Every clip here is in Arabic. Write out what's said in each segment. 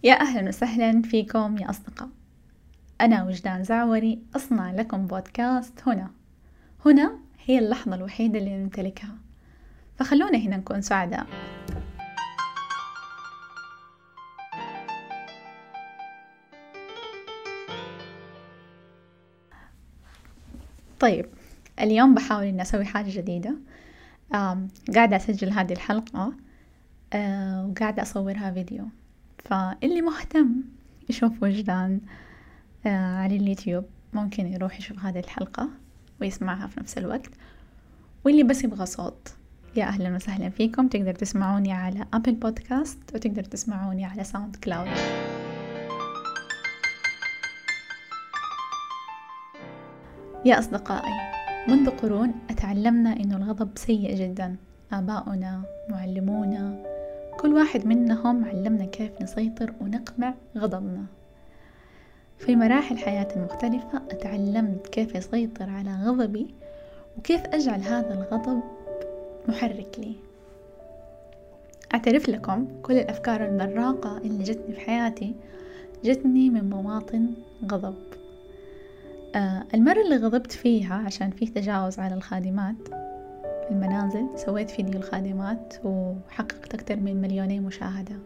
يا أهلا وسهلا فيكم يا أصدقاء. أنا وجدان زعوري أصنع لكم بودكاست هنا هي اللحظة الوحيدة اللي نمتلكها، فخلونا هنا نكون سعداء. طيب، اليوم بحاول إني أسوي حاجة جديدة. قاعدة أسجل هذه الحلقة وقاعدة أصورها فيديو، فاللي مهتم يشوف وجدان على اليوتيوب ممكن يروح يشوف هذه الحلقة ويسمعها في نفس الوقت، واللي بس يبغى صوت يا أهلا وسهلا فيكم. تقدر تسمعوني على أبل بودكاست وتقدر تسمعوني على ساوند كلاود. يا أصدقائي، منذ قرون أتعلمنا إنه الغضب سيء جدا. آباؤنا، معلمونا، كل واحد منهم علمنا كيف نسيطر ونقمع غضبنا. في مراحل حياتي المختلفة أتعلمت كيف أسيطر على غضبي وكيف أجعل هذا الغضب محرك لي. أعترف لكم كل الأفكار البراقة اللي جتني في حياتي جتني من مواطن غضب. المرة اللي غضبت فيها عشان فيه تجاوز على الخادمات في المنازل، سويت فيديو الخادمات وحققت أكثر من 2,000,000 مشاهدة،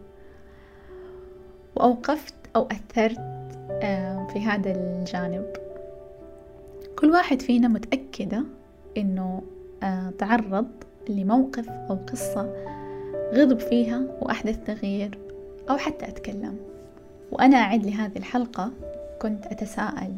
وأوقفت أو أثرت في هذا الجانب. كل واحد فينا متأكدة إنه تعرض لموقف أو قصة غضب فيها وأحدث تغيير أو حتى أتكلم. وأنا أعد لهذه الحلقة كنت أتساءل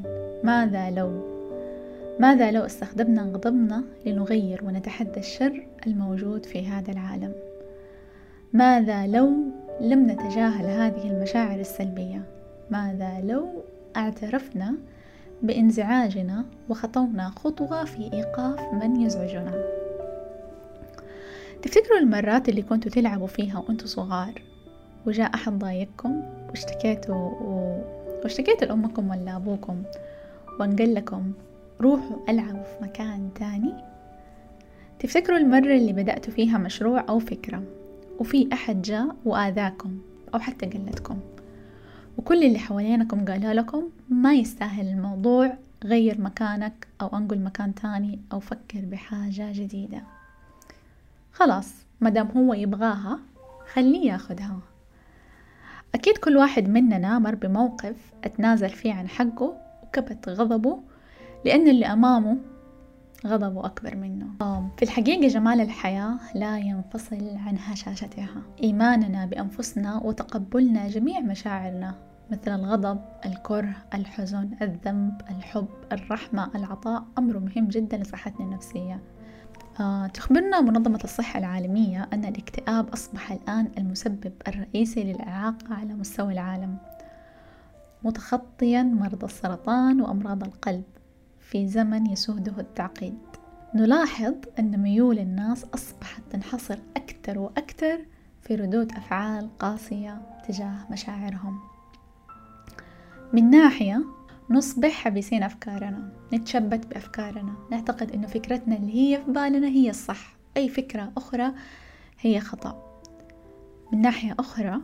ماذا لو استخدمنا غضبنا لنغير ونتحدى الشر الموجود في هذا العالم؟ ماذا لو لم نتجاهل هذه المشاعر السلبية؟ ماذا لو اعترفنا بانزعاجنا وخطونا خطوة في إيقاف من يزعجنا؟ تفتكروا المرات اللي كنتوا تلعبوا فيها وأنتوا صغار وجاء أحد ضايقكم واشتكيتوا لأمكم ولا أبوكم وانقل لكم روحوا ألعبوا في مكان تاني؟ تفتكروا المرة اللي بدأتوا فيها مشروع أو فكرة وفي أحد جاء وآذاكم أو حتى قلدكم وكل اللي حوالينكم قالوا لكم ما يستاهل الموضوع، غير مكانك أو انقل مكان تاني أو فكر بحاجة جديدة؟ خلاص، مدام هو يبغاها خليه ياخدها. أكيد كل واحد مننا مر بموقف أتنازل فيه عن حقه وكبت غضبه لأن اللي أمامه غضبه أكبر منه. في الحقيقة جمال الحياة لا ينفصل عن هشاشتها. إيماننا بأنفسنا وتقبلنا جميع مشاعرنا مثل الغضب، الكره، الحزن، الذنب، الحب، الرحمة، العطاء أمر مهم جدا لصحتنا النفسية. تخبرنا منظمة الصحة العالمية أن الاكتئاب أصبح الآن المسبب الرئيسي للإعاقة على مستوى العالم، متخطيا مرضى السرطان وأمراض القلب في زمن يسوده التعقيد. نلاحظ أن ميول الناس أصبحت تنحصر أكثر وأكثر في ردود أفعال قاسية تجاه مشاعرهم. من ناحية نصبح حبيسين أفكارنا، نتشبت بأفكارنا، نعتقد أنه فكرتنا اللي هي في بالنا هي الصح، أي فكرة أخرى هي خطأ. من ناحية أخرى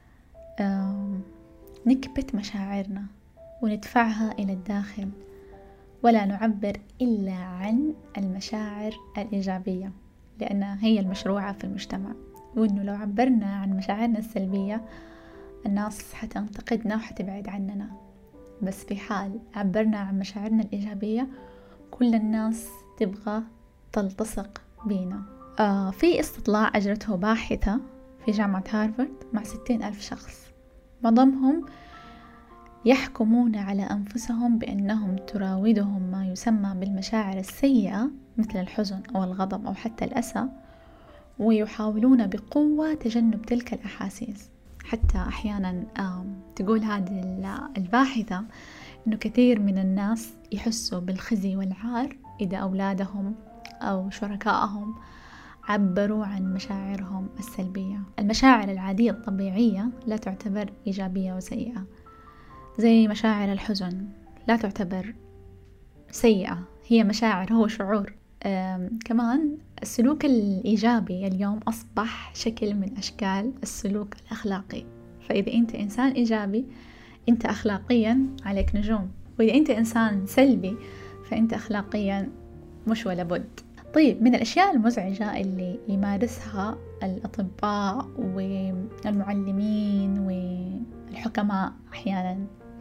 نكبت مشاعرنا وندفعها إلى الداخل ولا نعبر إلا عن المشاعر الإيجابية لأنها هي المشروعة في المجتمع، وإنه لو عبرنا عن مشاعرنا السلبية الناس حتنتقدنا وحتبعد عننا، بس في حال عبرنا عن مشاعرنا الإيجابية كل الناس تبغى تلتصق بينا. في استطلاع أجرته باحثة في جامعة هارفارد مع 60,000 شخص، معظمهم يحكمون على أنفسهم بأنهم تراودهم ما يسمى بالمشاعر السيئة مثل الحزن أو الغضب أو حتى الأسى، ويحاولون بقوة تجنب تلك الأحاسيس. حتى أحيانا تقول هذه الباحثة أنه كثير من الناس يحسوا بالخزي والعار إذا أولادهم أو شركائهم عبروا عن مشاعرهم السلبية. المشاعر العادية الطبيعية لا تعتبر إيجابية وسيئة، زي مشاعر الحزن لا تعتبر سيئة، هي مشاعر، هو شعور. كمان السلوك الإيجابي اليوم أصبح شكل من أشكال السلوك الأخلاقي، فإذا أنت إنسان إيجابي أنت أخلاقيا عليك نجوم، وإذا أنت إنسان سلبي فأنت أخلاقيا مش ولا بد. طيب، من الأشياء المزعجة اللي يمارسها الأطباء والمعلمين والحكماء أحيانا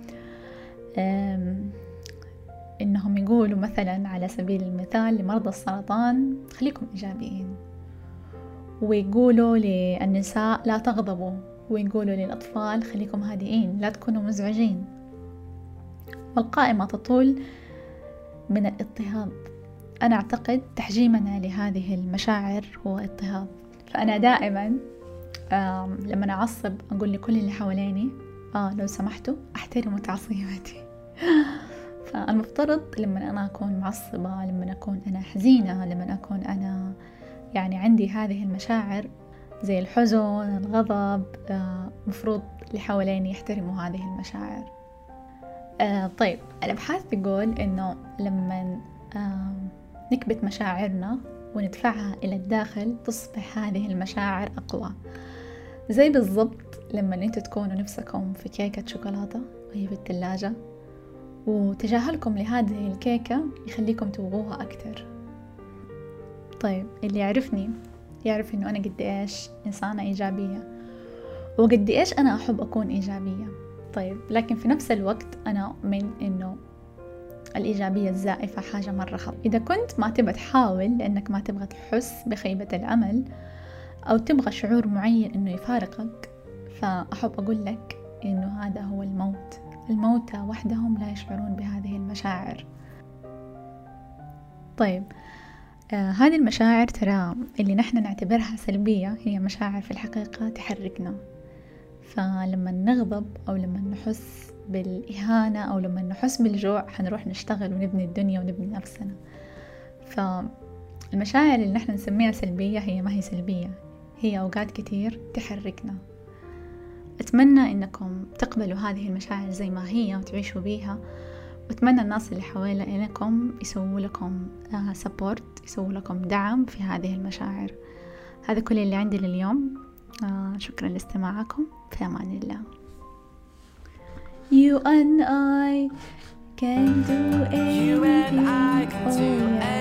إنهم يقولوا مثلا على سبيل المثال لمرضى السرطان خليكم إيجابيين، ويقولوا للنساء لا تغضبوا، ويقولوا للأطفال خليكم هادئين لا تكونوا مزعجين، والقائمة تطول من الاضطهاد. أنا أعتقد تحجيمنا لهذه المشاعر هو اضطهاد. فأنا دائما لما أعصب أقول لكل اللي حواليني لو سمحتوا احترموا تعصيباتي. فالمفترض لما أنا أكون معصبة، لما أكون أنا حزينة، لما أكون أنا يعني عندي هذه المشاعر زي الحزن، الغضب، مفروض اللي حواليني يحترموا هذه المشاعر. طيب، الأبحاث تقول إنه لما نكبت مشاعرنا وندفعها إلى الداخل تصبح هذه المشاعر أقوى. زي بالضبط لما أنتوا تكونوا نفسكم في كيكة شوكولاتة وهي في الثلاجة، وتجاهلكم لهذه الكيكة يخليكم تبغوها أكتر. طيب، اللي يعرفني يعرف إنه أنا قد إيش إنسانة إيجابية، وقد إيش أنا أحب أكون إيجابية. طيب، لكن في نفس الوقت أنا من إنه الإيجابية الزائفة حاجة مرة خطر. إذا كنت ما تبغى تحاول لأنك ما تبغى تحس بخيبة الأمل أو تبغى شعور معين إنه يفارقك، فأحب أقول لك إنه هذا هو الموت. الموتى وحدهم لا يشعرون بهذه المشاعر. طيب، هذه المشاعر ترى اللي نحن نعتبرها سلبية هي مشاعر في الحقيقة تحركنا. فلما نغضب أو لما نحس بالإهانة أو لما نحس بالجوع حنروح نشتغل ونبني الدنيا ونبني نفسنا. فالمشاعر اللي نحن نسميها سلبية هي ما هي سلبية، هي أوقات كتير تحركنا. أتمنى إنكم تقبلوا هذه المشاعر زي ما هي وتعيشوا بيها، وأتمنى الناس اللي حوالينكم يسووا لكم سبورت، يسووا لكم دعم في هذه المشاعر. هذا كل اللي عندي لليوم. شكرا لاستماعكم، في أمان الله. You and I can do anything.